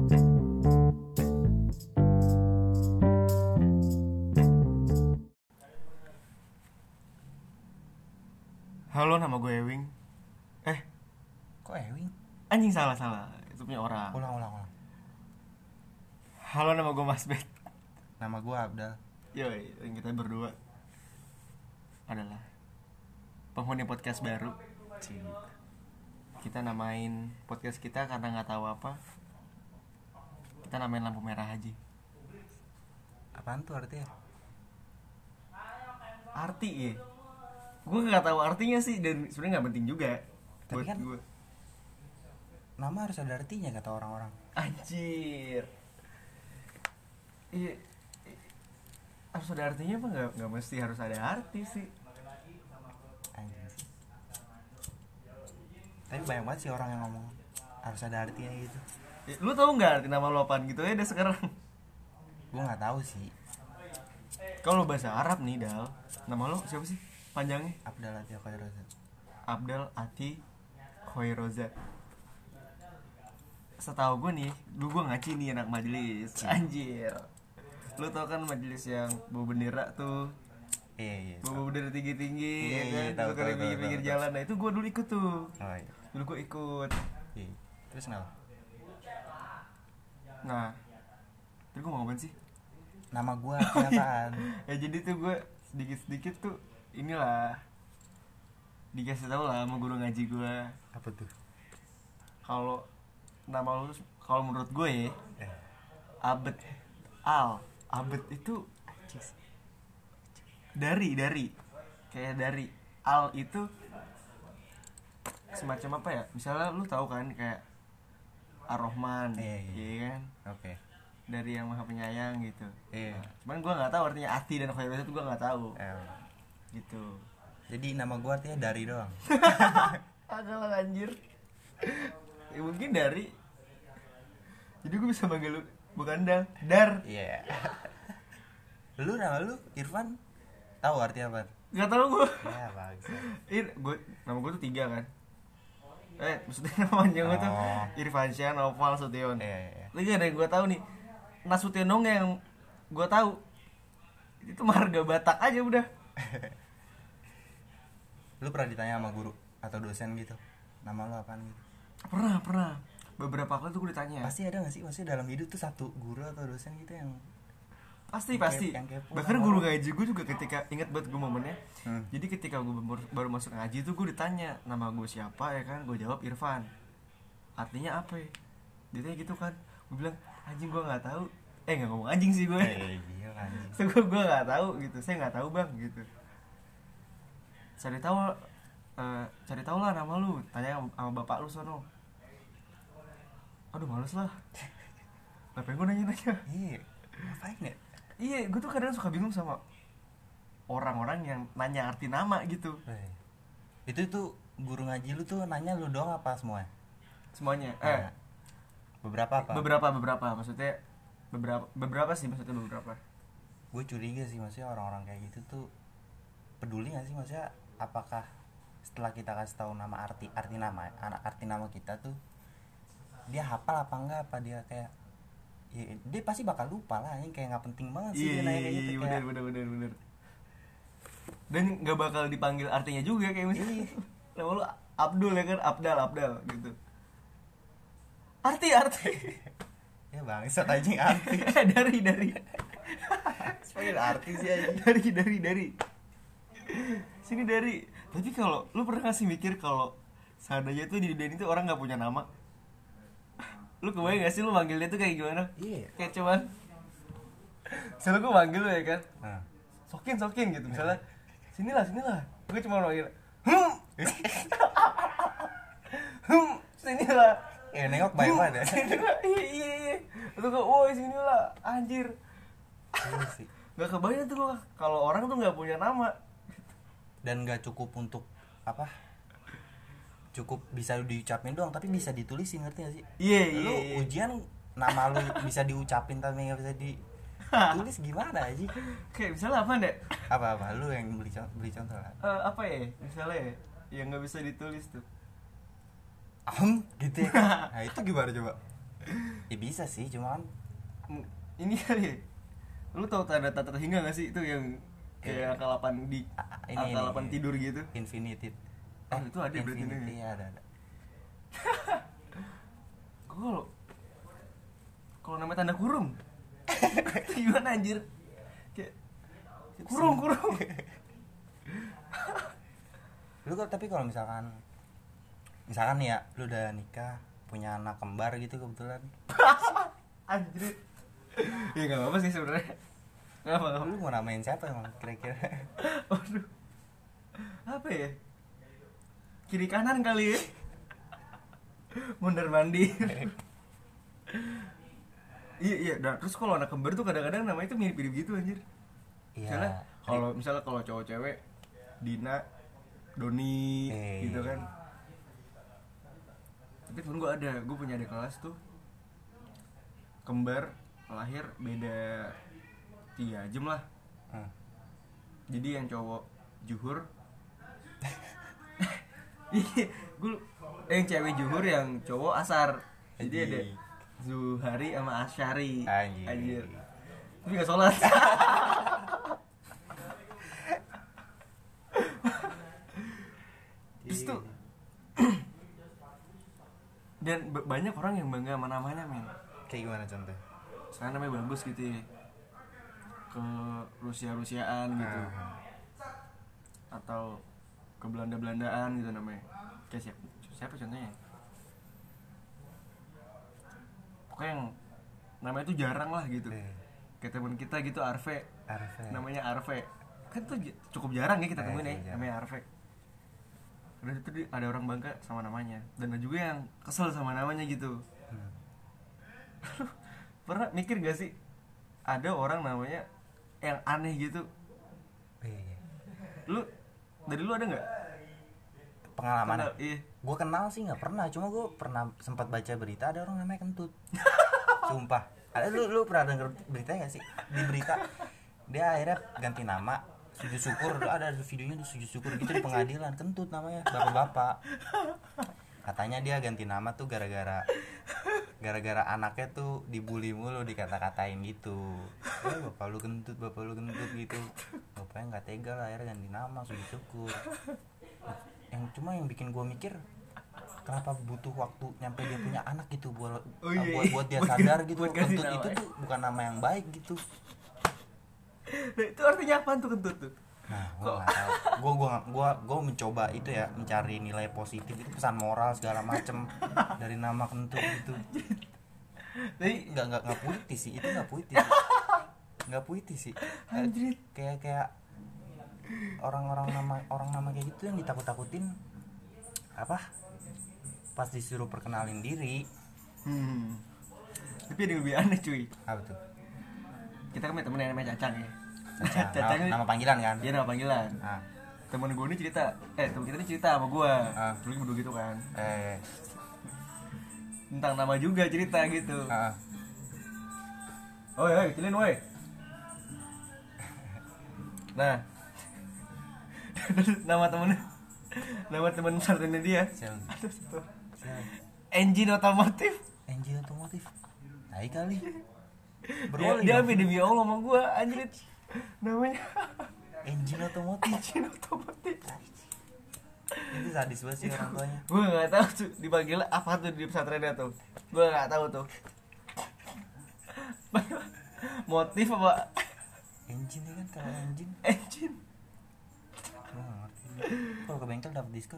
Halo, nama gue Ewing. Kok Ewing? Anjing, salah. Itu punya orang. Ulang. Halo, nama gue Mas Bet. Nama gue Abdal. Yoi, yang kita berdua adalah penghuni podcast baru. Kita namain podcast kita karena nggak tahu apa. Kita namain lampu merah aja. Apaan tuh artinya? Arti ya? Gue nggak tahu artinya sih, dan sebenarnya nggak penting juga. Tapi buat kan gue. Nama harus ada artinya kata orang-orang. Anjir. Iya. Harus ada artinya apa nggak mesti harus ada arti sih. Anjir. Tapi banyak banget sih orang yang ngomong harus ada artinya gitu. Lu tahu nggak arti nama lo apaan gitu ya deh sekarang? Gue nggak tahu sih. Kalau bahasa Arab nih, Dal, nama lo siapa sih panjangnya? Abdal Ati Khairoza. Abdal Ati Khairoza. Setahu gue nih, gue ngaci nih anak majelis. Anjir. Lu tau kan majelis yang bawa bendera tuh, Iya. bawa bendera tinggi-tinggi, Iya, ya kan? tahu, Suka di pinggir-pinggir tahu. jalan. Nah itu gue dulu ikut tuh. Oh iya. Dulu gue ikut. Iya. Terus kenapa? Nah, terus gue mau ngapain sih? Nama gue artinya apaan? Ya jadi tuh gue sedikit-sedikit tuh inilah dikasih tahu lah sama guru ngaji gue. Apa tuh? Kalau nama lu, kalau menurut gue ya, Eh. Abed itu dari kayak dari al itu semacam apa ya? Misalnya lu tahu kan kayak Ar-Rahman, Iya. kan? Oke. Dari yang maha penyayang gitu. Iya. Cuman gue nggak tahu artinya Ati dan Khairoza itu gue nggak tahu. Gitu. Jadi nama gue artinya dari doang. Agak lah anjir. Ya mungkin dari. Jadi gue bisa manggil lu bukan Dar. Iya. Lu nama lu Irfan tahu artinya apa? Gak tau gue. Ya bagus. Nama gue tuh 3 kan. Maksudnya nama panjang gue tuh Irfansyah Noval Sution. Iya. Tapi gak ada yang gue tahu nih. Nasution dong yang gue tahu. Itu marga Batak aja udah. Lu pernah ditanya sama guru atau dosen gitu, nama lu apaan gitu? Pernah. Beberapa kali tuh gue ditanya. Pasti ada gak sih? Maksudnya dalam hidup tuh satu guru atau dosen gitu yang Pasti. yang kepo Bahkan sama guru lu. ngaji gue juga ketika ingat banget gue momennya. Jadi ketika gue baru masuk ngaji tuh gue ditanya nama gue siapa ya kan, gue jawab Irfan. Artinya apa ya? Dia tanya gitu kan. Gue bilang anjing gue nggak tahu. Nggak ngomong anjing sih gue. Gila anjing. So, gue nggak tahu gitu. Saya nggak tahu bang gitu. Cari tahu lah nama lu. Tanya sama bapak lu sono. Aduh males lah. Ngapain gue nanya-nanya? Iya. Ngapain ya? Iya, gue tuh kadang suka bingung sama orang-orang yang nanya arti nama gitu. Itu tuh guru ngaji lu tuh nanya lu doang apa semua? Semuanya. Beberapa apa? Beberapa. Maksudnya beberapa sih, maksudnya beberapa. Gue curiga sih maksudnya orang-orang kayak gitu tuh peduli gak sih, maksudnya apakah setelah kita kasih tahu nama arti nama kita tuh dia hafal apa enggak, apa dia kayak ya, dia pasti bakal lupa lah, ini kayak nggak penting banget sih dia nanya kayak gitu. Iya, bener. Dan nggak bakal dipanggil artinya juga kayak misalnya nama lu Abdul ya kan, Abdal gitu. Arti Ya bangsat anjing arti. dari Sebagai arti sih anjing. dari sini dari. Tapi kalau lu pernah nggak sih mikir kalau seandainya tuh di dunia ini tuh orang nggak punya nama, lu kebayang gak sih lu manggilnya tuh kayak gimana? Iya. Kayak cuman misalnya gue manggil lu ya kan, Sokin gitu misalnya, sinilah gue cuma manggil sinilah Nengok banyak banget ya. sinilah, iya itu gue, woi sinilah anjir. Iya sih. Gak kebayang tuh gue kalau orang tuh gak punya nama Dan gak cukup untuk apa, cukup bisa diucapin doang tapi bisa ditulisin, ngerti gak sih? Iya. Lu ujian nama lu bisa diucapin tapi gak bisa ditulis gimana aja? Kayak misalnya apa deh? Apa lu yang beli contoh lah. Apa ya misalnya ya yang gak bisa ditulis tuh Gitu ya. Nah itu gimana coba? Ya bisa sih, cuman Ini kali ya, lu tau tanda terhingga gak sih itu yang kayak angka 8 di angka 8 tidur gitu. Infinity. Itu ada berarti Infinity nih. ya, ada. Kalau namanya tanda kurung gimana anjir, kayak kurung. Lu tapi kalau misalkan nih ya, lu udah nikah, punya anak kembar gitu kebetulan. Anjir. Ya nggak apa-apa sih sebenarnya. Nggak apa-apa. Lu mau namain siapa emang kira-kira? Waduh. Apa ya? Kiri kanan kali ya. Mondar mandir. Iya. Dan terus kalau anak kembar tuh kadang-kadang namanya tuh mirip-mirip gitu anjir. Iya. Misalnya kalau cowok cewek Dina, Doni gitu kan. Tapi temen gue punya adik kelas tuh kembar, lahir beda 3 jam lah. Jadi yang cowok Juhur yang cewek Juhur, yang cowok Asar. Jadi ada Zuhari sama Asyari. Anjir. Tapi gak sholat. Terus tuh dan banyak orang yang bangga sama namanya, men. Kayak gimana contoh? Sekarang namanya bagus gitu ya, ke Rusia-Rusiaan gitu, atau ke Belanda-Belandaan gitu namanya. Kayak siapa contohnya? Pokoknya yang namanya itu jarang lah gitu. Kayak teman kita gitu, Arve. Namanya Arve. Kan tuh cukup jarang ya kita temuin ya, namanya Arve. Udah itu ada orang bangga sama namanya, dan ada juga yang kesel sama namanya gitu. Pernah mikir gak sih ada orang namanya yang aneh gitu? Dari lu ada nggak pengalaman? Iya. Gue kenal sih nggak pernah, cuma gue pernah sempat baca berita ada orang namanya Kentut. Sumpah. Ada lu pernah denger berita nggak sih? Di berita dia akhirnya ganti nama, sujud syukur. Ada videonya tuh sujud syukur gitu di pengadilan. Kentut namanya, bapak-bapak. Katanya dia ganti nama tuh gara-gara anaknya tuh dibully mulu, dikata-katain gitu. Bapak lu kentut gitu. Bapaknya nggak tega lah, akhirnya ganti nama, sujud syukur. Yang bikin gue mikir, kenapa butuh waktu nyampe dia punya anak gitu buat dia sadar gitu. Kentut itu tuh bukan nama yang baik gitu. Nah, itu artinya apa tuh kentut tuh? Nah, gue mencoba itu ya, mencari nilai positif itu, pesan moral segala macem dari nama kentut gitu. Tapi nggak puitis sih, itu nggak puitis sih. Kayak orang nama kayak gitu yang ditakut-takutin apa? Pas disuruh perkenalin diri. Tapi ada yang lebih aneh cuy. Apa tuh? Kita kan punya temen yang namanya Cacang ya. Cacang nama panggilan kan? Iya, nama panggilan. Temen gue ini cerita, temen kita ini cerita sama gue. Dulu berdua gitu kan. Tentang nama juga cerita gitu. Oi, kecilin woi. Nah, nama temen pesantrennya dia. Engine otomotif. Hai kali. Dia ambil demi Allah sama gue, anjir. Namanya Engine otomotif. Itu sadis banget sih orang tuanya. Gue nggak tahu tuh dipanggil apa tuh di pesantrennya tuh. Gue nggak tahu tuh. Motif apa? Engine kan, kalau engine. Kalau ke bengkel dapat diskon.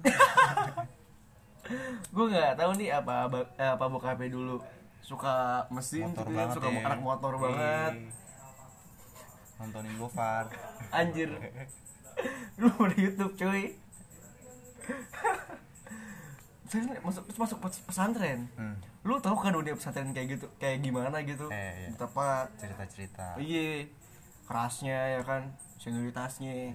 Gue nggak tahu nih apa bokapnya dulu suka mesin, motor gitu, banget suka ya. anak motor banget. Nontonin Gofar. Anjir. Lu di YouTube cuy. Masuk pesantren. Lu tahu kan dunia pesantren kayak gitu, kayak gimana gitu. Tepat cerita-cerita. Iya. Kerasnya ya kan, senioritasnya.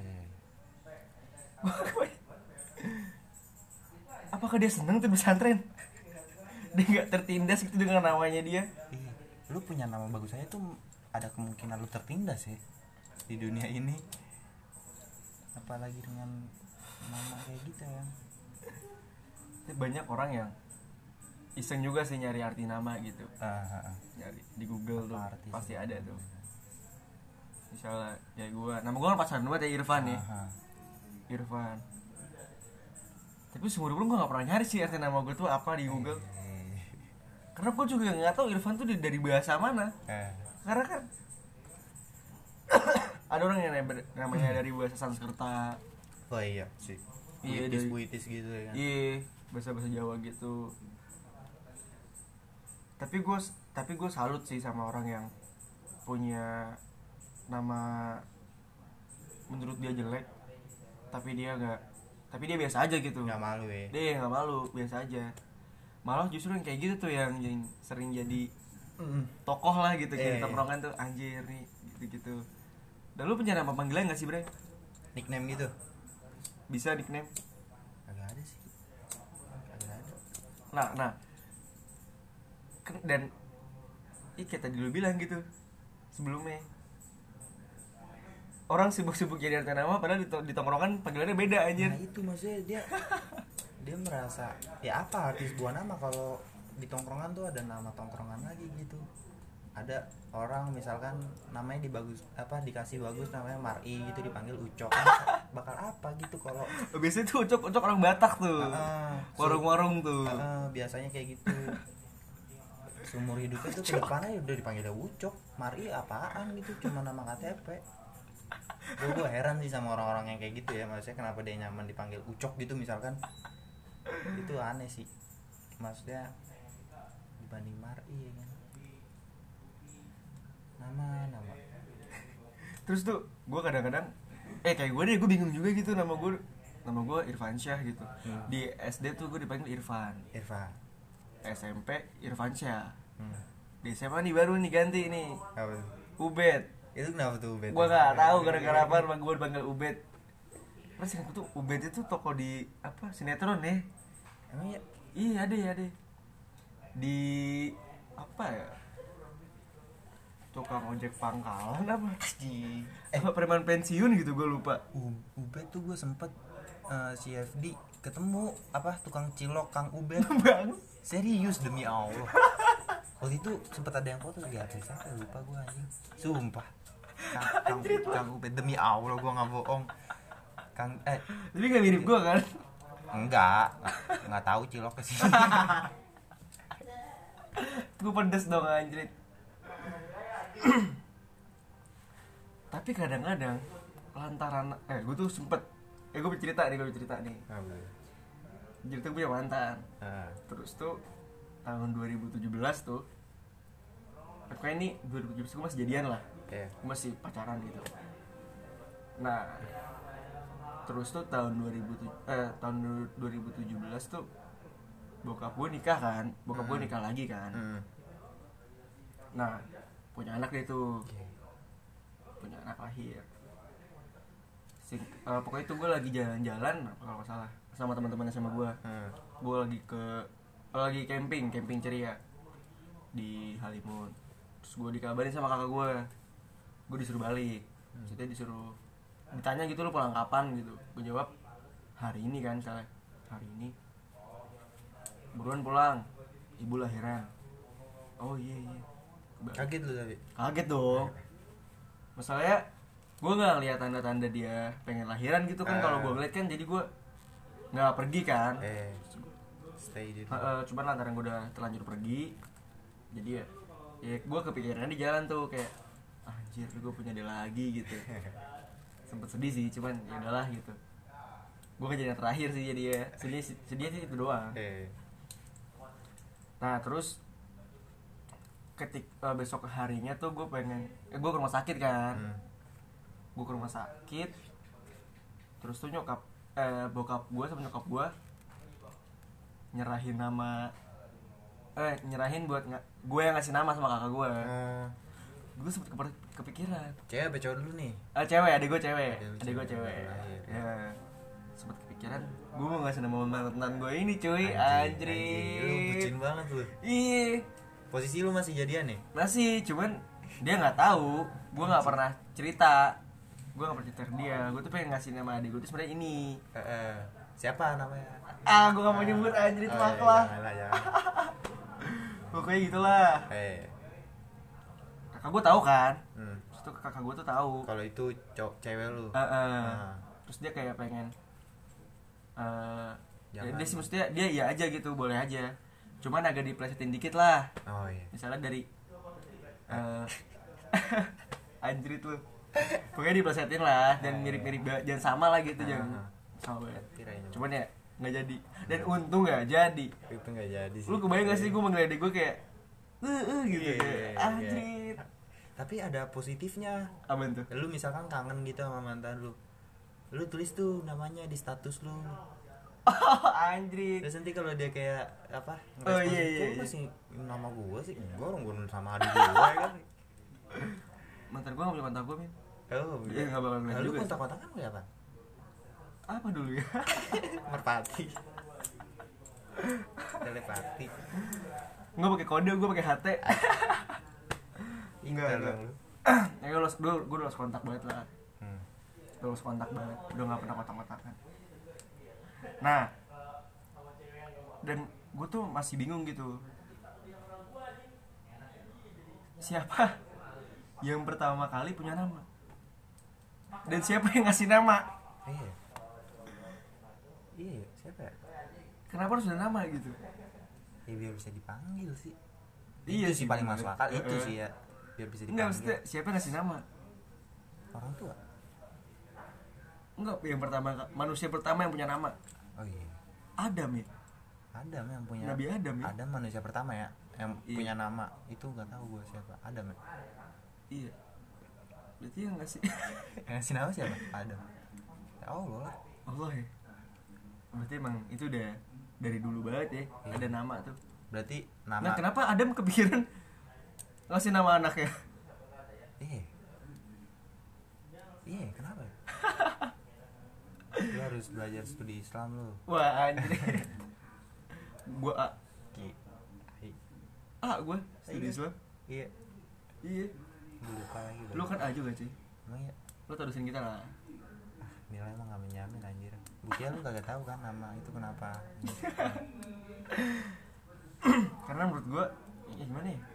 Apakah dia seneng tuh pesantren? Dia nggak tertindas gitu dengan namanya dia. Lu punya nama bagus aja tuh ada kemungkinan lu tertindas ya di dunia ini, apalagi dengan nama kayak gitu ya. Banyak orang yang iseng juga sih nyari arti nama gitu. Nyari di Google tuh arti pasti sih? ada tuh. Misalnya ya nama gue kan pasaran banget ya Irfan nih. Irfan. Tapi seumur hidup gue gak pernah nyari sih arti nama gue tuh apa di Google. Karena gue juga gak tahu Irfan tuh dari bahasa mana. Karena kan ada orang yang namanya dari bahasa Sanskerta. Oh iya sih. Iya, Puitis gitu ya kan. Iya, bahasa Jawa gitu. Tapi gue salut sih sama orang yang punya nama menurut dia jelek, tapi dia biasa aja gitu. Nggak malu ya. Dia nggak malu, biasa aja. Malah justru yang kayak gitu tuh yang sering jadi tokoh lah gitu, kayak tongkrongan tuh anjir nih gitu-gitu. Dan lu punya nama panggilan nggak sih, Bre? Nickname gitu? Bisa nickname? Agak ada sih. Agak ada. Nah. Dan kayak tadi lu bilang gitu sebelumnya. Orang sibuk-sibuk jadi arti nama padahal di tongkrongan panggilannya beda anjir. Nah itu maksudnya dia merasa ya apa arti sebuah nama kalau di tongkrongan tuh ada nama tongkrongan lagi gitu. Ada orang misalkan namanya dikasih bagus namanya Mar'i gitu dipanggil Ucok. Bakal apa gitu kalau biasanya tuh Ucok orang Batak tuh. Warung-warung tuh. Biasanya kayak gitu. Seumur hidupnya tuh kedepannya udah dipanggil Ucok. Mar'i apaan gitu, cuma nama KTP. Gue heran sih sama orang-orang yang kayak gitu ya, maksudnya kenapa dia nyaman dipanggil Ucok gitu misalkan. Itu aneh sih, maksudnya dibanding Mar'i ya kan. Nama terus tuh gue kadang-kadang kayak gue bingung juga gitu, nama gue Irfan Syah gitu. Di SD tuh gue dipanggil Irfan. SMP Irfan Syah. Di SMA nih baru nih ganti nih. Apa? Ubed. Itu kenapa tuh Ubed? Gue gak tahu gara-gara apa nama gue dipanggil Ubed. Terus yang tuh Ubed itu toko di apa sinetron ya? Emang ya? Iya ada. Di apa ya? Tukang ojek pangkalan apa? Apa preman pensiun gitu gue lupa. Ubed tuh gue sempet CFD ketemu apa tukang cilok Kang Ubed. Bang. Serius demi Allah. Waktu itu sempet ada yang foto lagi artis siapa lupa gue anjing. Sumpah. Kang Ubed demi Allah gue nggak bohong. Tapi nggak mirip gue kan? Nggak tahu cilok ke sini. Gue pedes dong anjrit. Tapi kadang-kadang lantaran gue tuh sempet gue bercerita nih. Jadi tuh punya mantan. Terus tuh tahun 2017 tuh pokoknya ini 2017 gue masih jadian lah. Gue masih pacaran gitu. Nah terus tuh tahun 2017 tuh bokap gue nikah kan. Bokap gue nikah lagi kan. Nah punya anak dia tuh. Punya anak lahir. Pokoknya itu gue lagi jalan-jalan kalau nggak salah sama teman-teman sama gue. Gue lagi camping ceria di Halimun. Terus gue dikabarin sama kakak gue disuruh balik. Maksudnya ditanya gitu, lu pulang kapan gitu. Gue jawab hari ini kan, misalnya hari ini buruan pulang, ibu lahiran. Oh iya Kaget lu tapi? Kaget dong. Masalahnya gue nggak lihat tanda-tanda dia pengen lahiran gitu kan. Kalau gue ngeliat kan jadi gue nggak pergi kan. Stay di cuman lantaran gue udah terlanjur pergi, jadi ya gue kepikiran di jalan tuh kayak anjir gue punya dia lagi gitu. Sempet sedih sih, cuman ya udahlah gitu. Gue kejadian terakhir sih jadi ya sedih sih itu doang. Nah terus besok harinya tuh gue pengen gue ke rumah sakit kan. Gue ke rumah sakit, terus tuh bokap gue sama nyokap gue nyerahin buat gue yang ngasih nama sama kakak gue. Gue sempet kepikiran. Cewek apa cowok dulu nih? Cewek, adik gue cewek. Ya, sempet kepikiran gue mau ngasih nama mantan gue ini cuy. Anjir. Lu bucin banget lu. Iya. Posisi lu masih jadian nih? Masih, cuman dia nggak tahu. Gue nggak pernah cerita. Gue nggak pernah cerita ke dia. Gue tuh pengen ngasih nama adik gue tuh sebenarnya ini. Siapa namanya? Gue gak mau nyebut anjir itu lah. Jangan. Pokoknya gitulah. Kakak gue tahu kan. Terus tuh kakak gue tuh tahu. Kalau itu cewek lu. Terus dia kayak pengen ya Jangan. dia sih maksudnya dia iya aja gitu, boleh aja. Cuman agak diplesetin dikit lah. Oh iya. Misalnya dari anjrit lu. Pokoknya diplesetin lah dan mirip-mirip jangan sama lah gitu, jangan sama banget. Cuman ya nggak jadi. Dan untung nggak jadi. Itu nggak jadi sih. Lu kebayang gak sih gue ngeledek gue kayak gitu Iya, kayak anjrit. Tapi ada positifnya. Apa tuh? Lu misalkan kangen gitu sama mantan lu. Lu tulis tuh namanya di status lu. Anjrit. Terus nanti kalau dia kayak apa? Oh, iya. Kok masih nama gua sih? Enggak, orang gua sama adik gua ya kan. Mantan gue gak punya kontak gue, Min. Oh, Iya gak bakal ngeliat Lu juga. kontak-kontakan lu apa? Apa dulu ya? Merpati. Telepati. Gue pakai kode, gue pakai HT. Enggak. Ya gue lost kontak banget lah. Lost kontak banget. Udah gak pernah kontak-kontakan. Nah, dan gue tuh masih bingung gitu. Siapa yang pertama kali punya nama? Dan siapa yang ngasih nama? Iya, siapa ya? Kenapa harus ada nama gitu? Ya biar bisa dipanggil sih. Iya Itu sih paling masuk akal itu sih ya. Biar bisa dipanggil. Enggak, maksudnya siapa yang ngasih nama? Orang tua. Enggak, yang pertama, manusia pertama yang punya nama. Oh iya. Adam ya? Adam yang punya. Nabi Adam ya? Adam manusia pertama ya yang Iya. punya nama. Itu enggak tahu gua siapa. Adam ya. Iya. Berarti yang ngasih Yang ngasih nama siapa? Adam. Ya Allah lah. Allah ya? Berarti emang itu udah dari dulu banget ya, Iya. ada nama tuh. Berarti nama. Nah, kenapa Adam kepikiran ngasih nama anaknya? Iya, kenapa ya? Lu harus belajar studi Islam lu. Wah, anjir. Gua A. Gua studi Islam. Iya. Iya. Gua lupa lagi. Lu kan A juga, cuy. Emang iya. Lu tau dosen kita lah. Nilai emang gak menjamin anjir. Buktinya lu kagak tahu kan nama itu kenapa. Karena menurut gua ya gimana ya?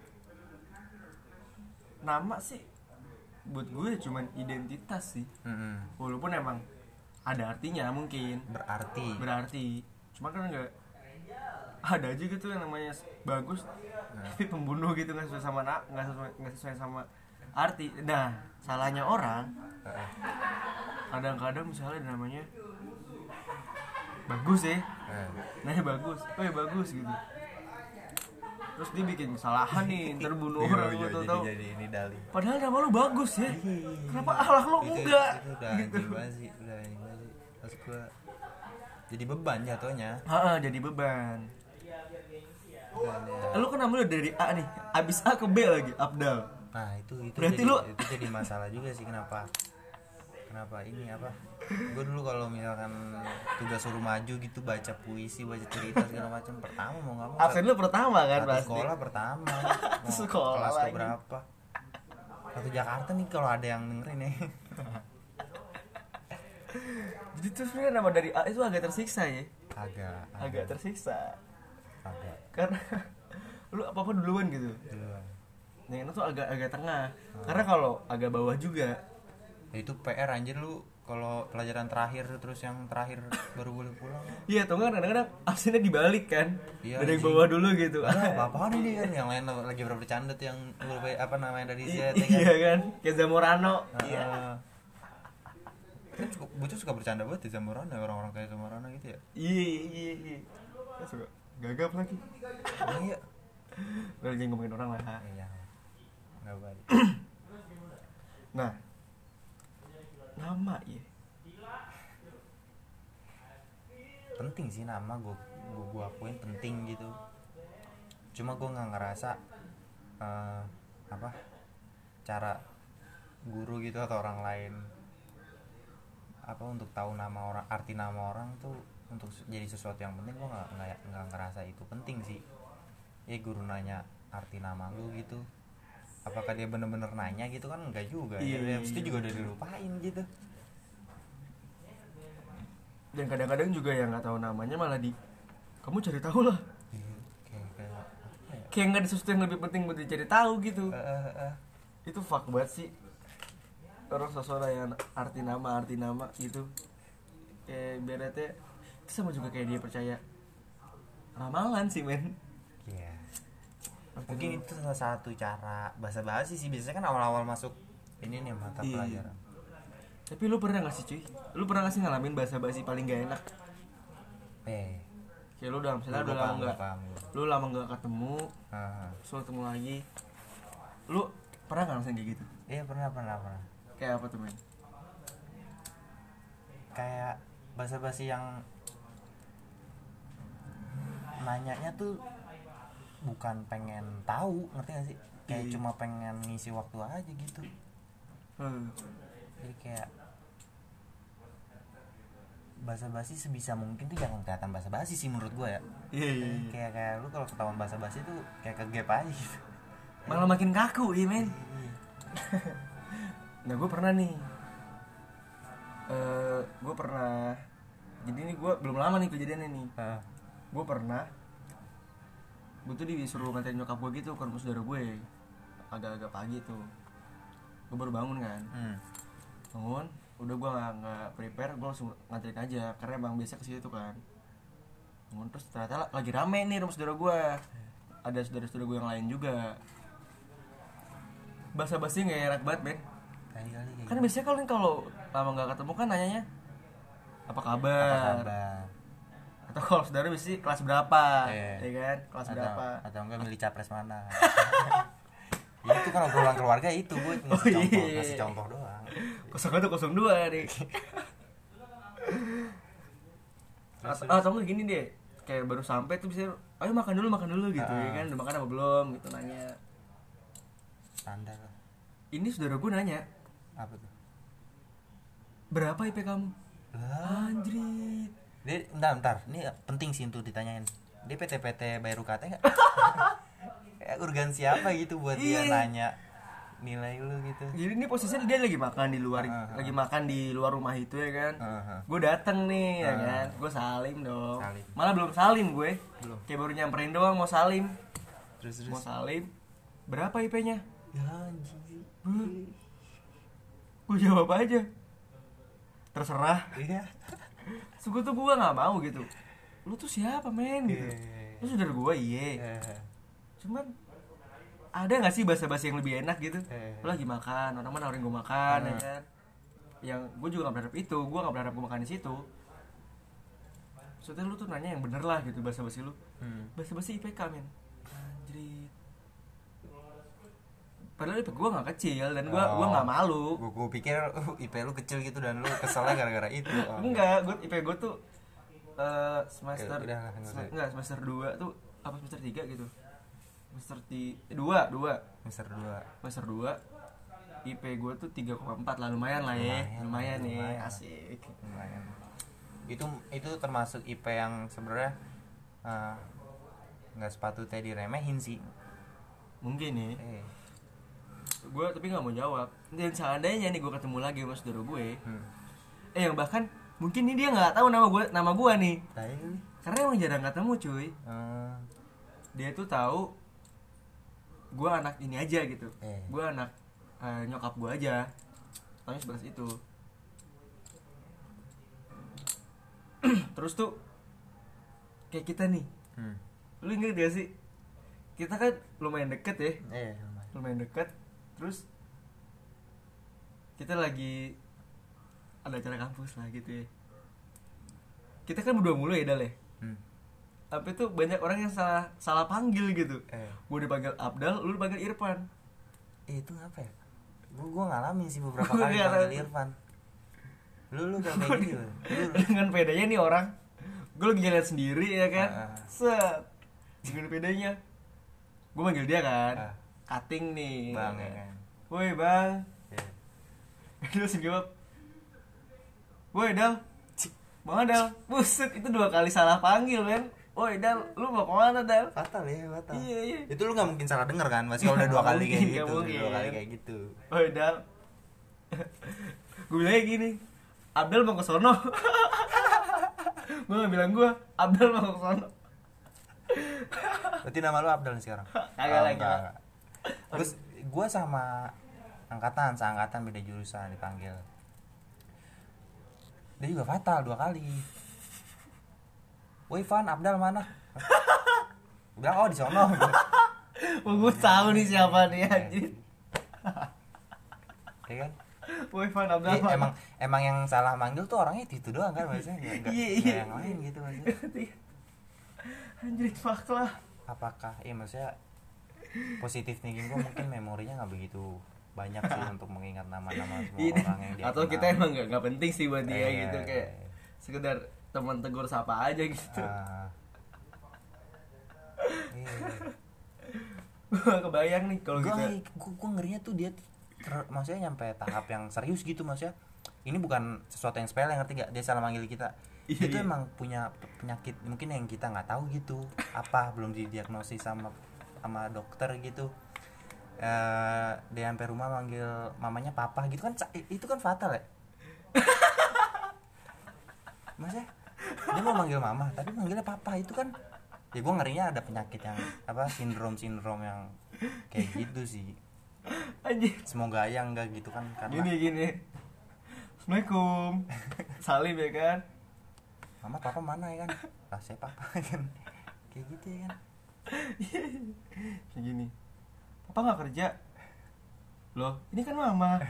Nama sih buat gue cuman identitas sih. Walaupun emang ada artinya mungkin. Berarti. Cuma kan enggak ada aja gitu yang namanya bagus tapi pembunuh gitu nggak sesuai sama nggak sesuai sama arti. Nah, salahnya orang kadang-kadang misalnya namanya bagus ya, bagus gitu, terus dia bikin kesalahan nih, ntar bunuh orang gitu tau. Padahal nama lu bagus ya, kenapa akhlak lu enggak? Itu udah anjing banget sih, Maksud gua jadi beban jatuhnya. Jadi beban. Dan, Lu kan namanya dari A nih, abis A ke B lagi, Abdal. Nah itu Berarti itu jadi masalah juga sih. Kenapa ini apa? Gue dulu kalau misalkan tugas suruh maju gitu, baca puisi, baca cerita segala macam, pertama mau nggak mau. Absen lu pertama kan satu pasti. sekolah pertama. Sekolah kelas lagi. berapa? Satu Jakarta nih kalau ada yang dengerin ya. Jadi tuh sebenarnya nama dari A itu agak tersiksa ya. Agak tersiksa. agak Karena lu apa duluan gitu. duluan. Yang itu agak tengah. Karena kalau agak bawah juga. Ya, itu PR anjir lu kalau pelajaran terakhir terus yang terakhir baru boleh pulang. Iya, tuh kan kadang-kadang absennya dibalik kan. Iya, Dari yang anjing. bawah dulu gitu. Apa ini kan yang lain lagi bercanda tuh yang apa namanya dari Z ya kan. Iya kan, kayak Zamorano. Iya. Kan bocah suka bercanda banget di Zamorano, orang-orang kayak Zamorano gitu ya. Iya. Kan suka gagap lagi. Iya. Udah lagi ngomongin orang lah. Iya. Enggak balik. Nah, nama ya. Penting sih nama, gua akuin penting gitu. Cuma gua nggak ngerasa apa cara guru gitu atau orang lain apa untuk tahu nama orang, arti nama orang tuh untuk jadi sesuatu yang penting. Gua nggak ngerasa itu penting sih. Ya guru nanya arti nama lu gitu, apakah dia bener-bener nanya gitu kan? Enggak juga. Iya, Ya pasti juga udah dilupain gitu. Dan kadang-kadang juga yang nggak tahu namanya malah kamu cari tahu lah. Kayak nggak ada sesuatu yang lebih penting buat dicari tahu gitu. Itu fuck banget sih orang sosok yang arti nama gitu. Kayak beratnya itu sama juga kayak dia percaya ramalan sih men. Iya. Mungkin itu salah satu cara basa-basi sih, biasanya kan awal-awal masuk ini nih mata pelajaran. Tapi lu pernah gak sih cuy? Lu pernah gak sih ngalamin basa-basi paling gak enak? Kayak lu udah misalnya udah lama gak lu lama gak ketemu, terus ketemu lagi, lu pernah gak ngerasain kayak gitu? Iya pernah. Kayak apa tuh men? Kayak basa-basi yang nanyanya tuh bukan pengen tahu, ngerti gak sih? Kayak cuma pengen ngisi waktu aja gitu. Jadi kayak basa-basi sebisa mungkin tuh jangan kelihatan basa-basi sih menurut gue ya. Iya. Kayak lu kalau ketahuan basa-basi tuh kayak kegep aja gitu. Malah makin kaku ya men. Nah gue pernah nih gue pernah, jadi ini gue belum lama nih kejadiannya nih. Gue pernah, gue tuh disuruh nganterin nyokap gue gitu ke rumah saudara gue agak-agak pagi tuh. Gue baru bangun kan, bangun udah gue nggak prepare, gue langsung nganterin aja karena emang biasa ke situ kan. Bangun terus ternyata lagi rame nih rumah saudara gue, ada saudara-saudara gue yang lain juga. Basa-basi nggak enak banget men. Kan biasanya kalau lama nggak ketemu kan nanyanya apa kabar? Atau kalau saudara biasanya kelas berapa, ya kan? Kelas berapa? Atau enggak milih capres mana? Itu kan obrolan keluarga itu gue ngasih contoh doang. 0102 nih. Atau enggak gini deh, kayak baru sampai tuh bisa, ayo makan dulu gitu ya kan? Udah makan apa belum? Gitu nanya. Standar lah. Ini saudara gue nanya. Apa tuh? Berapa IP kamu? Anjrit. Dia bentar. Ini penting sih untuk ditanyain. Dia PT bayar UKT enggak? Kayak urgensi apa gitu buat dia nanya nilai lu gitu. Jadi ini posisinya dia lagi makan di luar, lagi makan di luar rumah itu ya kan. Gue dateng nih ya kan. Gue salim dong. Malah belum salim gue. Kayak baru nyamperin doang mau salim. Terus mau salim. Berapa IP-nya? Ya anjing. Gue jawab aja. Terserah. Iya. Suku tuh gue nggak mau gitu. Lu tuh siapa men gitu. Lu saudara gue Cuman ada nggak sih basa-basi yang lebih enak gitu? Lu lagi makan, orang mana nawarin gue makan ya kan. Yang gue juga nggak berharap itu, gue nggak berharap gue makan di situ. Soalnya lu tuh nanya yang bener lah gitu basa-basi lu. Basa-basi IPK men. Anjrit. Padahal IP gue gak kecil dan gue gak malu. Gue pikir IP lu kecil gitu dan lu keselnya gara-gara itu. Enggak, IP gue tuh semester 2 tuh apa semester 3 gitu. Semester 2 IP gue tuh 3,4 lah, lumayan lah ya. Lumayan nih, asik. Lumayan. Itu termasuk IP yang sebenarnya nggak sepatutnya diremehin sih. Mungkin nih. Gue tapi nggak mau jawab. Dan seandainya nih gue ketemu lagi sama saudara gue, yang bahkan mungkin nih dia nggak tahu nama gue nih. Karena emang jarang ketemu cuy. Dia tuh tahu gue anak ini aja gitu. Gue anak nyokap gue aja. Tapi sebatas itu. Terus tuh kayak kita nih. Lu inget gak sih? Kita kan lumayan deket ya. Lumayan deket. Terus kita lagi ada acara kampus lah gitu ya. Kita kan berdua mulu ya Dal ya. Tapi tuh banyak orang yang salah panggil gitu. Gue dipanggil Abdal, lu dipanggil Irfan. Itu ngapa ya? Gue ngalamin sih beberapa kali panggil Irfan. Lu kayak gitu. Dengan pedanya nih orang, gue lagi jalan sendiri ya kan. Set. Dengan pedanya, gue manggil dia kan. Cutting nih. Bang ya kan. Woi bang. Dia langsung jawab, woi Dal. Bang Dal. Buset, itu 2 kali salah panggil men. Woi Dal, lu mau kemana Dal? Fatal. Iya. Itu lu gak mungkin salah denger kan? Masih kalau udah 2 kali kayak gitu. 2 kali kayak gitu. Woi Dal. Gue bilangnya gini, Abdel mau ke sono. Gue gak bilang gue Abdal masuk sono. Berarti nama lu Abdal nih sekarang? Kagak lagi. Enggak. Terus gue sama seangkatan beda jurusan dipanggil. Dia juga fatal 2 kali. Woi Van, Abdal mana? Bilang di sono. Oh, gue tahu nih siapa nih anjir. Ya kan? Woi Van Abdal mana? Emang yang salah manggil tuh orangnya itu doang kan maksudnya enggak yang lain gitu maksudnya. Anjir fuck lah. Apakah maksudnya positif thinking gue mungkin memorinya nggak begitu banyak sih untuk mengingat nama-nama semua orang yang dia atau kenal. kita emang nggak penting sih buat dia gitu, kayak sekedar teman tegur sapa aja gitu. Gue kebayang nih kalau gitu. Gue ngerinya tuh dia maksudnya nyampe tahap yang serius gitu, maksudnya ini bukan sesuatu yang sepele, ngerti gak? Dia salah manggil kita. Dia tuh emang punya penyakit mungkin yang kita nggak tahu gitu, apa belum didiagnosis sama dokter gitu. Dia sampai rumah manggil mamanya papa gitu kan, itu kan fatal ya. Maksudnya dia mau manggil mama tapi manggilnya papa, itu kan ya gue ngerinya ada penyakit yang apa, sindrom yang kayak gitu sih. Anjir. Semoga aja enggak gitu kan, karena Gini. Assalamualaikum. Salim ya kan. Mama papa mana ya kan? Lah saya papa kan. Kayak gitu ya kan. Kayak gini. Papa nggak kerja. Loh, ini kan mama.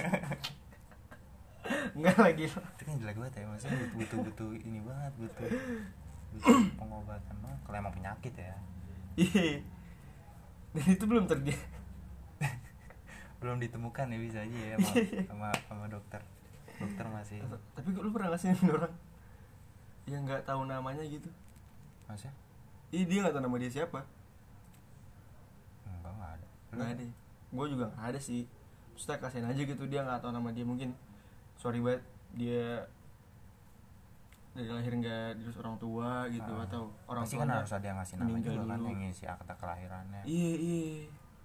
Enggak lagi. Itu kan jelek banget ya, maksudnya butuh ini banget, butuh pengobatan banget kalau emang penyakit ya. Iya. Dan itu belum terjadi. Belum ditemukan ya, bisa aja ya sama dokter masih. Tapi lu pernah ngasih orang yang nggak tahu namanya gitu? Maksudnya? Dia nggak tahu nama dia siapa. Enggak ada. Nggak ada. Gue juga nggak ada sih. Maksudnya kasihin aja gitu, dia nggak tahu nama dia, mungkin sorry banget dia dari lahir nggak diurus orang tua gitu, atau orang pasti tuanya kan harus ada yang ngasih nama juga kan, dulu. yang ngisi akta kelahirannya. Iya.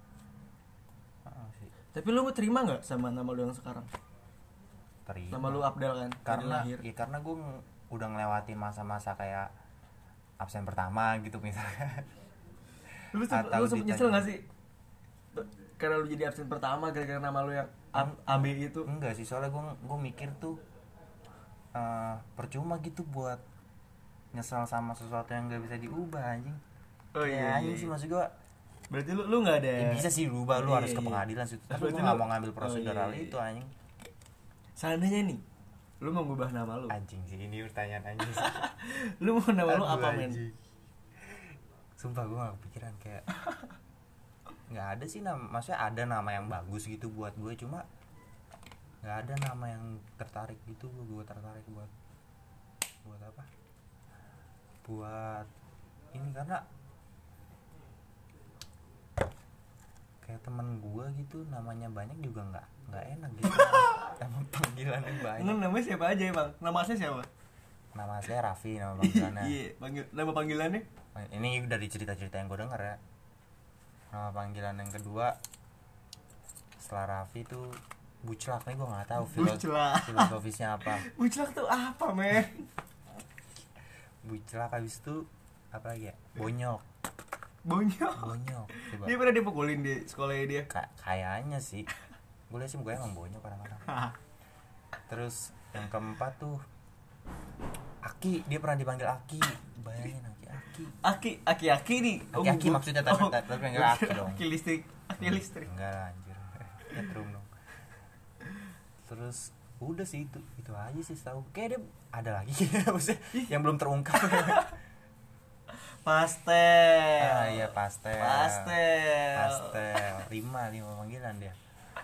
Sih. Tapi lu terima nggak sama nama lu yang sekarang? Terima. Nama lu Abdal kan? Karena gue udah ngelewatin masa-masa kayak absen pertama gitu misalnya. Lu sempet nyesel nggak sih karena lu jadi absen pertama gara-gara nama lu yang AB itu? Enggak sih, soalnya gue mikir tuh percuma gitu buat nyesel sama sesuatu yang gak bisa diubah anjing. Oh iya. Anjing sih maksud gue. Berarti lu nggak ada. Ya bisa sih berubah, lu harus ke pengadilan sih. Tapi gue nggak mau ngambil prosedural itu anjing. Seandainya nih, lu mau ngubah nama lu. Anjing sih, ini pertanyaan anjing. Lu mau nama lu apa men? Sumpah gue gak kepikiran, kayak nggak ada sih nama, maksudnya ada nama yang bagus gitu buat gue, cuma nggak ada nama yang tertarik gitu. Gue tertarik buat apa, buat ini, karena kayak temen gue gitu namanya banyak juga nggak enak gitu. Nama panggilannya banyak. Emang namanya siapa aja emang? Nama aslinya siapa? Nama saya Raffi, nama panggilannya. Iya, nama panggilannya? Ini dari cerita-cerita yang gue denger ya. Nama panggilan yang kedua setelah Raffi tuh Buclak, nih gue nggak tahu filosofisnya apa. Buclak tuh apa men? Buclak, habis itu apa lagi ya? Bonyok. Coba. Dia pernah dipukulin di sekolahnya dia? Kayaknya sih. Gue liat sih gue emang bonyok kadang-kadang. Terus yang keempat tuh Aki, dia pernah dipanggil Aki. Bayangin Aki nih. Aki maksudnya tapi enggak Aki dong. Aki listrik. Enggak anjir. Nyetrum dong. Terus udah sih itu aja sih tahu. Kayak dia ada lagi maksudnya yang belum terungkap. Pastel. Iya pastel. 5 panggilan dia.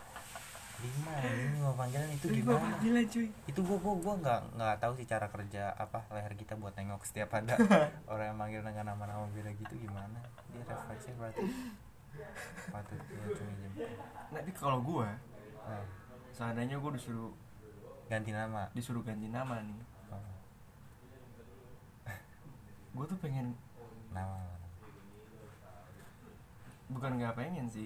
5 panggilan itu gimana? Panggilan cuy. Itu gua nggak tahu sih cara kerja apa leher kita buat nengok setiap ada orang yang manggil dengan nama-nama beda gitu gimana. Dia refleksi berarti. Patut dia cumi jempol. Nanti kalau gua seandainya gua disuruh ganti nama nih. Gua tuh pengen nama. Bukan nggak pengen sih.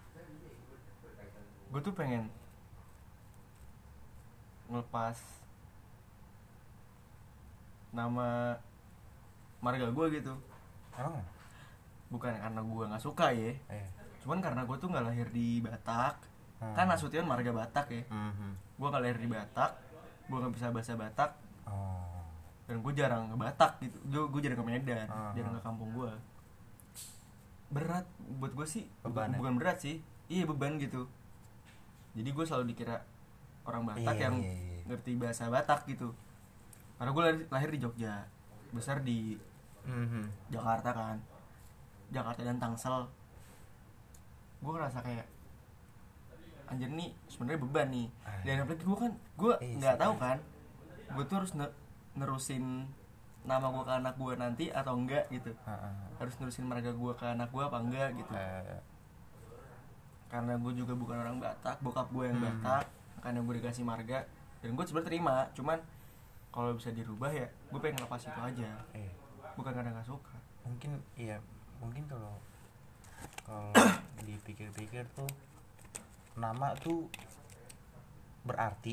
Gue tuh pengen ngelepas nama marga gue gitu. Emang? Bukan karena gue nggak suka ya, cuman karena gue tuh nggak lahir di Batak. Kan Nasution marga Batak ya. Gue nggak lahir di Batak, gue nggak bisa bahasa Batak, dan gue jarang ke Batak gitu. Gue jarang ke Medan, jarang ke kampung gue. Berat buat gue sih. Bukan berat sih, iya beban gitu. Jadi gue selalu dikira orang Batak yang ngerti bahasa Batak gitu. Karena gue lahir di Jogja, besar di Jakarta kan, Jakarta dan Tangsel. Gue ngerasa kayak anjir nih sebenarnya beban nih. Dan apalagi gue nggak tahu kan, gue tuh harus nerusin nama gue ke anak gue nanti atau enggak gitu. Harus nerusin marga gue ke anak gue apa enggak gitu. Karena gue juga bukan orang Batak, bokap gue yang Batak, makanya gue dikasih marga. Dan gue sebenarnya terima, cuman kalau bisa dirubah ya gue pengen lepas itu aja. Bukan karena nggak suka. Mungkin kalau dipikir-pikir tuh nama tuh berarti.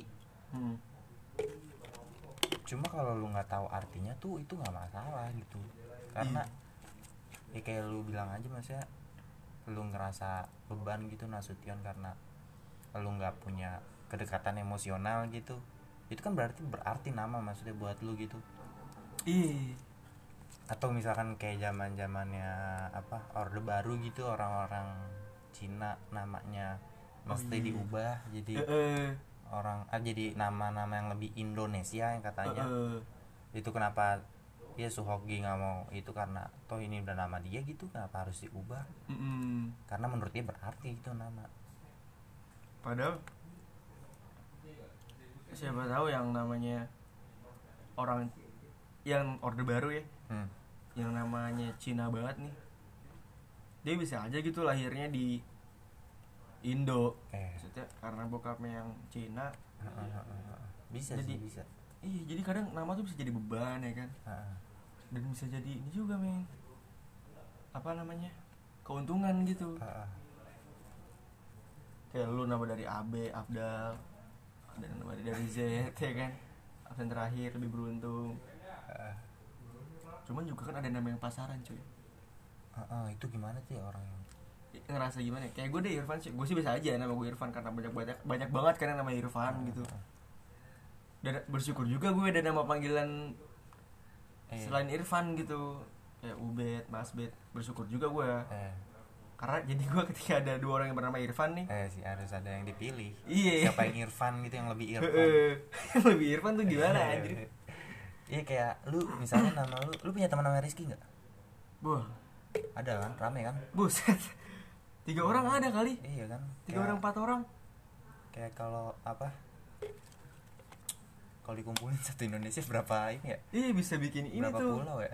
Cuma kalau lu nggak tahu artinya tuh itu nggak masalah gitu. Karena ya kayak lu bilang aja, maksudnya lu ngerasa beban gitu Nasution karena lu nggak punya kedekatan emosional gitu. Itu kan berarti nama maksudnya buat lu gitu. Atau misalkan kayak zamannya Orde Baru gitu, orang-orang Cina namanya mesti diubah jadi jadi nama-nama yang lebih Indonesia yang katanya. Itu kenapa ya Suhoki nggak mau itu, karena toh ini udah nama dia gitu, kenapa harus diubah? Karena menurut dia berarti itu nama. Padahal siapa tahu yang namanya orang yang Orde Baru ya, yang namanya Cina banget nih, dia bisa aja gitu lahirnya di Indo. Maksudnya karena bokapnya yang Cina. Bisa. Iya, jadi kadang nama tuh bisa jadi beban ya kan. Dan bisa jadi ini juga men, apa namanya, keuntungan gitu. Kayak lu nama dari AB, Abdal, dan nama dari Z ya kan, absen terakhir lebih beruntung. Cuman juga kan ada nama yang pasaran cuy. Itu gimana sih orang yang ngerasa gimana ya? Kayak gue deh Irfan sih, gue sih bisa aja nama gue Irfan karena banyak banget kan yang nama Irfan gitu. Dan bersyukur juga gue ada nama panggilan selain Irfan gitu, kayak Ubed, Masbed. Bersyukur juga gue. Karena jadi gue ketika ada dua orang yang bernama Irfan nih, sih harus ada yang dipilih. Siapa yang Irfan gitu, yang lebih Irfan. Yang lebih Irfan tuh gimana anjir? Iya, kayak lu misalnya nama lu punya teman namanya Rizky nggak? Ada kan, rame kan? Buset, 3 orang ada kali. Iya kan, 3 orang 4 orang. Kayak kalau dikumpulin satu Indonesia berapa ini ya? Iya, bisa bikin ini berapa tuh. Pulau ya?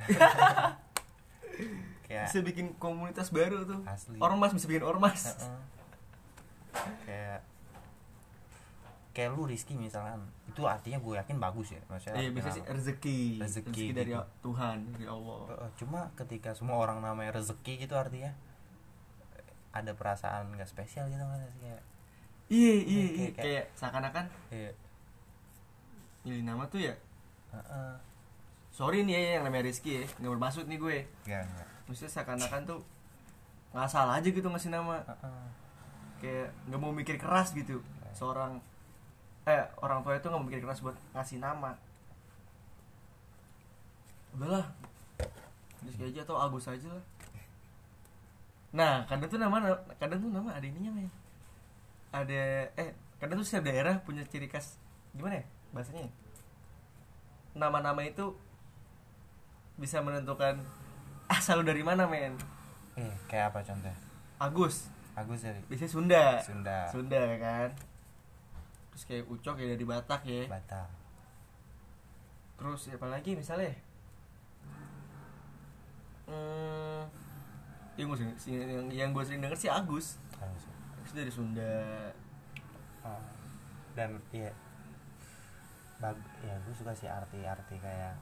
Kayak bisa bikin komunitas baru tuh. Asli. Ormas, bisa bikin ormas. Kayak lu Rizky misalkan, itu artinya gue yakin bagus ya, maksudnya. Iya, bisa sih rezeki gitu. dari Tuhan, dari Allah. Cuma ketika semua orang namanya rezeki gitu, artinya ada perasaan nggak spesial gitu kan sih, kayak. Iya. Kayak seakan-akan. Iya. Milih nama tuh ya. Sorry nih ya yang namanya Rizky ya, nggak bermaksud nih gue. Enggak. Maksudnya seakan-akan tuh ngasal aja gitu ngasih nama. Kayak nggak mau mikir keras gitu. Orang tua itu nggak mau mikir keras buat ngasih nama. Udahlah, Rizky aja atau Agus aja lah. Nah, kadang tuh nama ada ininya men. Kadang tuh setiap daerah punya ciri khas, gimana ya bahasanya? Nama-nama itu bisa menentukan asal lu dari mana men. Kayak apa contohnya? Agus dari biasanya Sunda ya kan. Terus kayak Ucok ya dari Batak ya. Terus apa lagi misalnya? Yang gue sering denger sih Agus dari Sunda. Dan ya gue suka sih arti kayak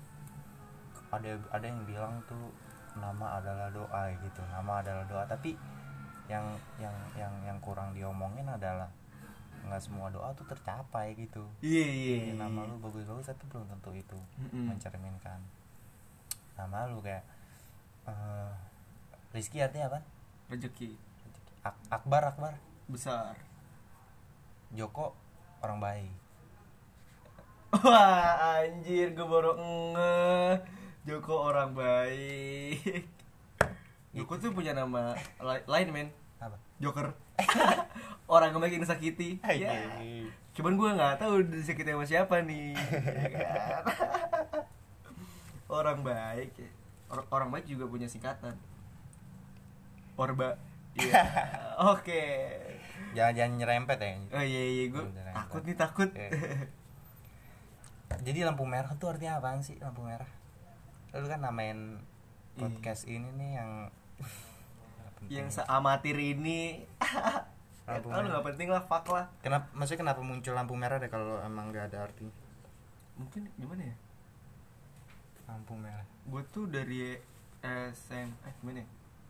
ada yang bilang tuh nama adalah doa gitu, nama adalah doa. Tapi yang kurang diomongin adalah nggak semua doa tuh tercapai gitu. Iya. Nama lu bagus-bagus tapi belum tentu itu mencerminkan nama lu. Kayak Rizky artinya apa? Rezeki Akbar besar. Joko orang baik. Wah anjir, gue baru ngeh Joko orang baik. Joko tuh punya nama lain men. Apa? Joker. Orang yang baik yang disakiti. Ya. Cuman gue nggak tahu disakiti sama siapa nih. Ya kan? Orang baik. Orang baik juga punya singkatan. Orba. Iya. Oke. Jangan nyerempet ya. Oh iya gue takut. Jadi lampu merah tuh artinya apaan sih lampu merah? Lu kan namain podcast ini nih yang seamatir ini. Lampu merah nggak penting lah, fuck lah. Kenapa muncul lampu merah deh kalau emang nggak ada artinya? Mungkin gimana ya? Lampu merah. Gue tuh dari gimana ya?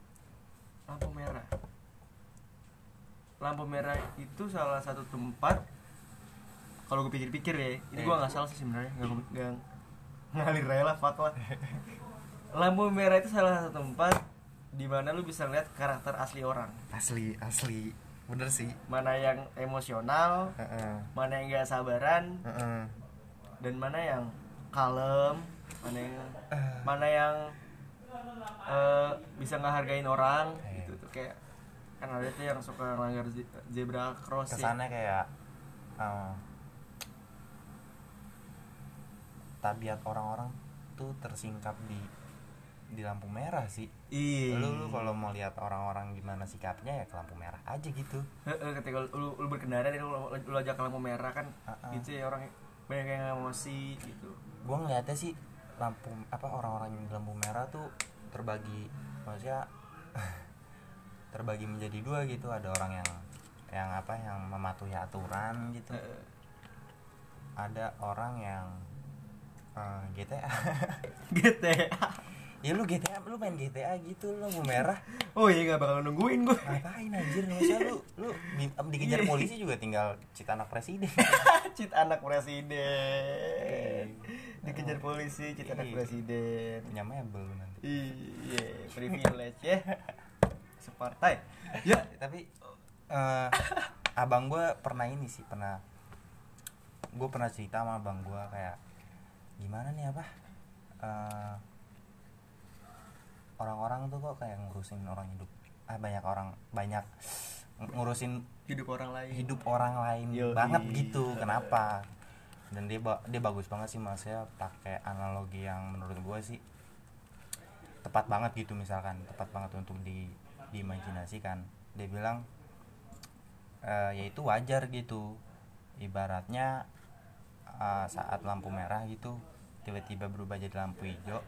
Lampu merah itu salah satu tempat. Kalau gue pikir-pikir ya, ini gue nggak salah sih sebenarnya, nggak ngalir aja lah, fuck lah. Lampu merah itu salah satu tempat di mana lu bisa lihat karakter asli orang. Asli, bener sih. Mana yang emosional, mana yang nggak sabaran, dan mana yang kalem, mana yang bisa ngehargain orang, gitu tuh. Kayak kan ada tuh yang suka ngelanggar zebra cross. Kesannya kayak tabiat orang-orang tuh tersingkap di lampu merah sih. Iya. Lu kalau mau lihat orang-orang gimana sikapnya ya ke lampu merah aja gitu. Ketika lu berkendara dan lu ajak ke lampu merah kan, gitu ya, orang banyak yang emosi gitu. Gua ngeliatnya sih orang-orang yang di lampu merah tuh terbagi, maksudnya terbagi menjadi dua gitu. Ada orang yang mematuhi aturan gitu. Ada orang yang GTA. Ya lu main GTA gitu, lu lampu merah. Oh iya, nggak bakal nungguin gue. Ngapain anjir? Masa lu dikejar polisi juga tinggal cheat anak presiden. Cheat anak presiden. Dikejar polisi, cheat anak presiden. Punya mebel lu nanti. Iya, privilege ya. Separtai. Ya, tapi abang gue pernah cerita sama abang gue kayak gimana nih orang-orang tuh kok kayak ngurusin orang hidup, banyak ngurusin hidup orang lain banget gitu. Kenapa? Dan dia bagus banget sih, maksudnya pakai analogi yang menurut gue sih tepat banget gitu. Misalkan tepat banget untuk diimajinasikan. Dia bilang ya itu wajar gitu, ibaratnya saat lampu merah gitu tiba-tiba berubah jadi lampu hijau,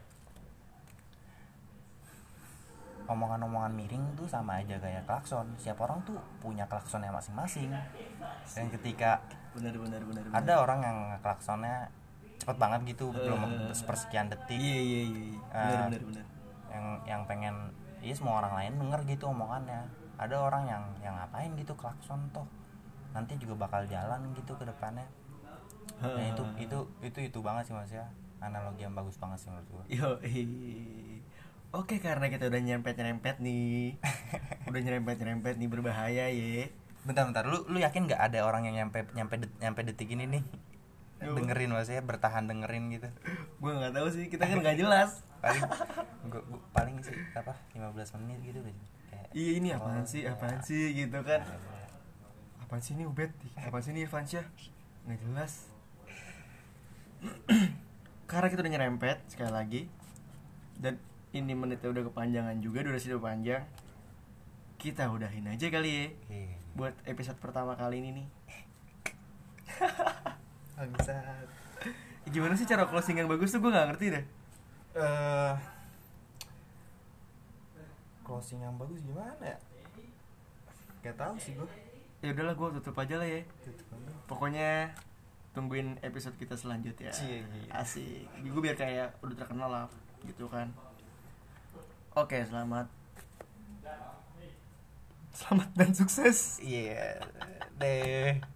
omongan-omongan miring tuh sama aja kayak klakson. Setiap orang tuh punya klaksonnya masing-masing. Dan ketika benar. ada orang yang klaksonnya cepet banget gitu, belum sepersekian detik. Iya. Benar. Yang pengen semua orang lain denger gitu omongannya. Ada orang yang ngapain gitu klakson, toh nanti juga bakal jalan gitu ke depannya. Nah itu banget sih, maksudnya analogi yang bagus banget sih menurut gue. Oke, karena kita udah nyerempet nih. Berbahaya ya. Bentar, lu yakin nggak ada orang yang nyampe detik ini nih dengerin, maksudnya bertahan dengerin gitu? Gue nggak tahu sih, kita kan nggak jelas. paling sih 15 menit gitu deh. Iya, ini apaan sih gitu kan? Apaan sih ini Ubed? Apaan sih ini Irfansyah? Nggak jelas. Karena kita udah nyerempet sekali lagi, dan ini menitnya udah kepanjangan juga, durasi udah panjang, kita udahin aja kali ya. Buat episode pertama kali ini nih. Bangsat. Gimana sih cara closing yang bagus tuh, gue nggak ngerti deh. Closing yang bagus gimana ya? Gak tahu sih gue. Ya udahlah, gue tutup aja lah ya. Pokoknya tungguin episode kita selanjutnya. Asik. Gue biar kayak udah terkenal lah gitu kan. Oke, selamat dan sukses. Iya. Deh.